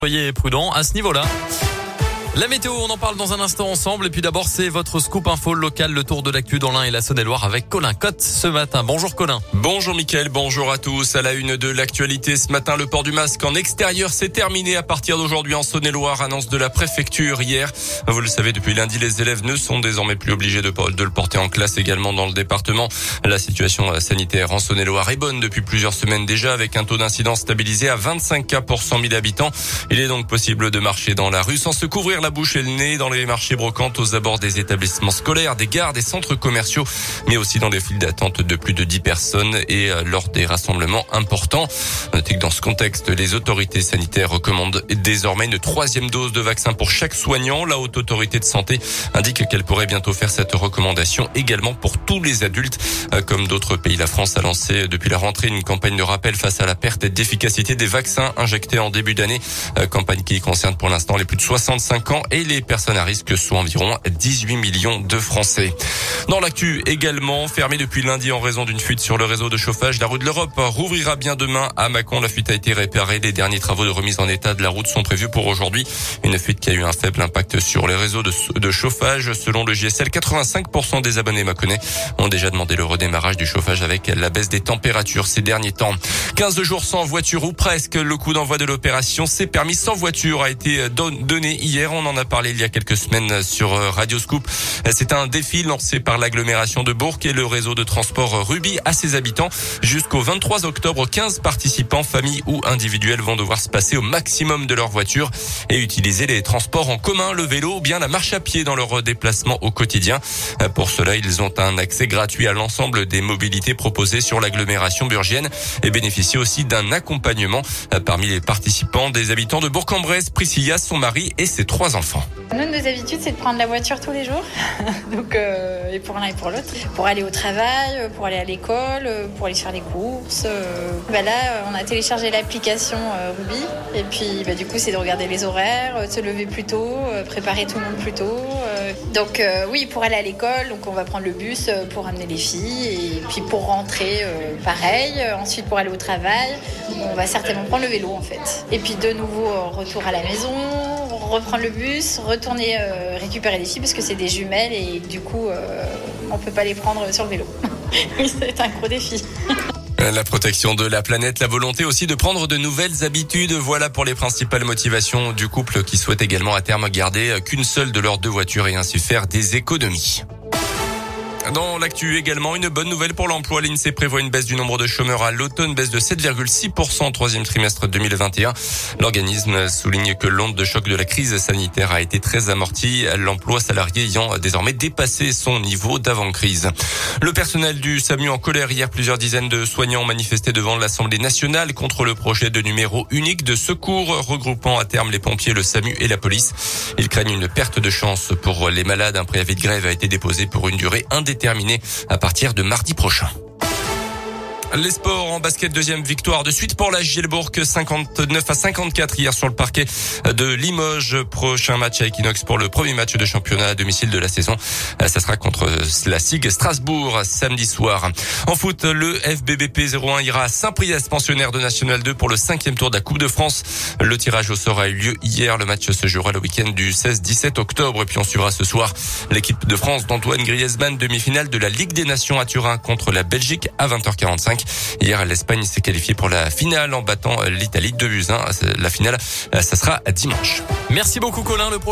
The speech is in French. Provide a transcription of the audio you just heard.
Soyez prudents à ce niveau-là. La météo, on en parle dans un instant ensemble. Et puis d'abord, c'est votre scoop info local, le tour de l'actu dans l'Ain et la Saône-et-Loire avec Colin Cotte ce matin. Bonjour Colin. Bonjour Mickaël, bonjour à tous. À la une de l'actualité ce matin, le port du masque en extérieur s'est terminé à partir d'aujourd'hui en Saône-et-Loire, annonce de la préfecture hier. Vous le savez, depuis lundi, les élèves ne sont désormais plus obligés de le porter en classe également dans le département. La situation sanitaire en Saône-et-Loire est bonne depuis plusieurs semaines déjà, avec un taux d'incidence stabilisé à 25 cas pour 100 000 habitants. Il est donc possible de marcher dans la rue sans se couvrir la bouche et le nez, dans les marchés brocantes, aux abords des établissements scolaires, des gares, des centres commerciaux, mais aussi dans les files d'attente de plus de 10 personnes et lors des rassemblements importants. Notez que dans ce contexte, les autorités sanitaires recommandent désormais une 3e dose de vaccin pour chaque soignant. La Haute Autorité de Santé indique qu'elle pourrait bientôt faire cette recommandation également pour tous les adultes. Comme d'autres pays, la France a lancé depuis la rentrée une campagne de rappel face à la perte d'efficacité des vaccins injectés en début d'année. Campagne qui concerne pour l'instant les plus de 65 ans et les personnes à risque, soit environ 18 millions de Français. Dans l'actu également, fermée depuis lundi en raison d'une fuite sur le réseau de chauffage, la rue de l'Europe rouvrira bien demain à Mâcon. La fuite a été réparée. Les derniers travaux de remise en état de la route sont prévus pour aujourd'hui. Une fuite qui a eu un faible impact sur les réseaux de chauffage. Selon le JSL, 85% des abonnés mâconnais ont déjà demandé le redémarrage du chauffage avec la baisse des températures ces derniers temps. 15 jours sans voiture ou presque. Le coup d'envoi de l'opération C'est permis sans voiture a été donné hier. On en a parlé il y a quelques semaines sur Radio Scoop. C'est un défi lancé par l'agglomération de Bourg et le réseau de transport Ruby à ses habitants. Jusqu'au 23 octobre, 15 participants, familles ou individuels, vont devoir se passer au maximum de leur voiture et utiliser les transports en commun, le vélo ou bien la marche à pied dans leur déplacement au quotidien. Pour cela, ils ont un accès gratuit à l'ensemble des mobilités proposées sur l'agglomération burgienne et bénéficient aussi d'un accompagnement. Parmi les participants, des habitants de Bourg-en-Bresse, Priscilla, son mari et ses 3 enfants. Nous, nos habitudes, c'est de prendre la voiture tous les jours, donc et pour l'un et pour l'autre, pour aller au travail, pour aller à l'école, pour aller faire les courses. Là, on a téléchargé l'application Ruby, et puis du coup, c'est de regarder les horaires, de se lever plus tôt, préparer tout le monde plus tôt. Donc oui, pour aller à l'école, donc on va prendre le bus pour amener les filles, et puis pour rentrer, pareil. Ensuite, pour aller au travail, on va certainement prendre le vélo en fait. Et puis de nouveau, retour à la maison, reprendre le bus, retourner récupérer les filles parce que c'est des jumelles et du coup on peut pas les prendre sur le vélo. Oui, c'est un gros défi. La protection de la planète, la volonté aussi de prendre de nouvelles habitudes. Voilà pour les principales motivations du couple qui souhaite également à terme garder qu'une seule de leurs 2 voitures et ainsi faire des économies. Dans l'actu également, une bonne nouvelle pour l'emploi. L'INSEE prévoit une baisse du nombre de chômeurs à l'automne, baisse de 7,6% au 3e trimestre 2021. L'organisme souligne que l'onde de choc de la crise sanitaire a été très amortie, l'emploi salarié ayant désormais dépassé son niveau d'avant-crise. Le personnel du SAMU en colère. Hier, plusieurs dizaines de soignants ont manifesté devant l'Assemblée nationale contre le projet de numéro unique de secours regroupant à terme les pompiers, le SAMU et la police. Ils craignent une perte de chance pour les malades. Un préavis de grève a été déposé pour une durée indéterminée à partir de mardi prochain. Les sports en basket, 2e victoire de suite pour la Gielbourg, 59-54 hier sur le parquet de Limoges. Prochain match à Equinox pour le premier match de championnat à domicile de la saison. Ça sera contre la SIG Strasbourg samedi soir. En foot, le FBBP 01 ira à Saint-Priest, pensionnaire de National 2 pour le 5e tour de la Coupe de France. Le tirage au sort a eu lieu hier. Le match se jouera le week-end du 16-17 octobre. Et puis on suivra ce soir l'équipe de France d'Antoine Griezmann, demi-finale de la Ligue des Nations à Turin contre la Belgique à 20h45. Hier, l'Espagne s'est qualifiée pour la finale en battant l'Italie 2-1. La finale, ça sera dimanche. Merci beaucoup Colin.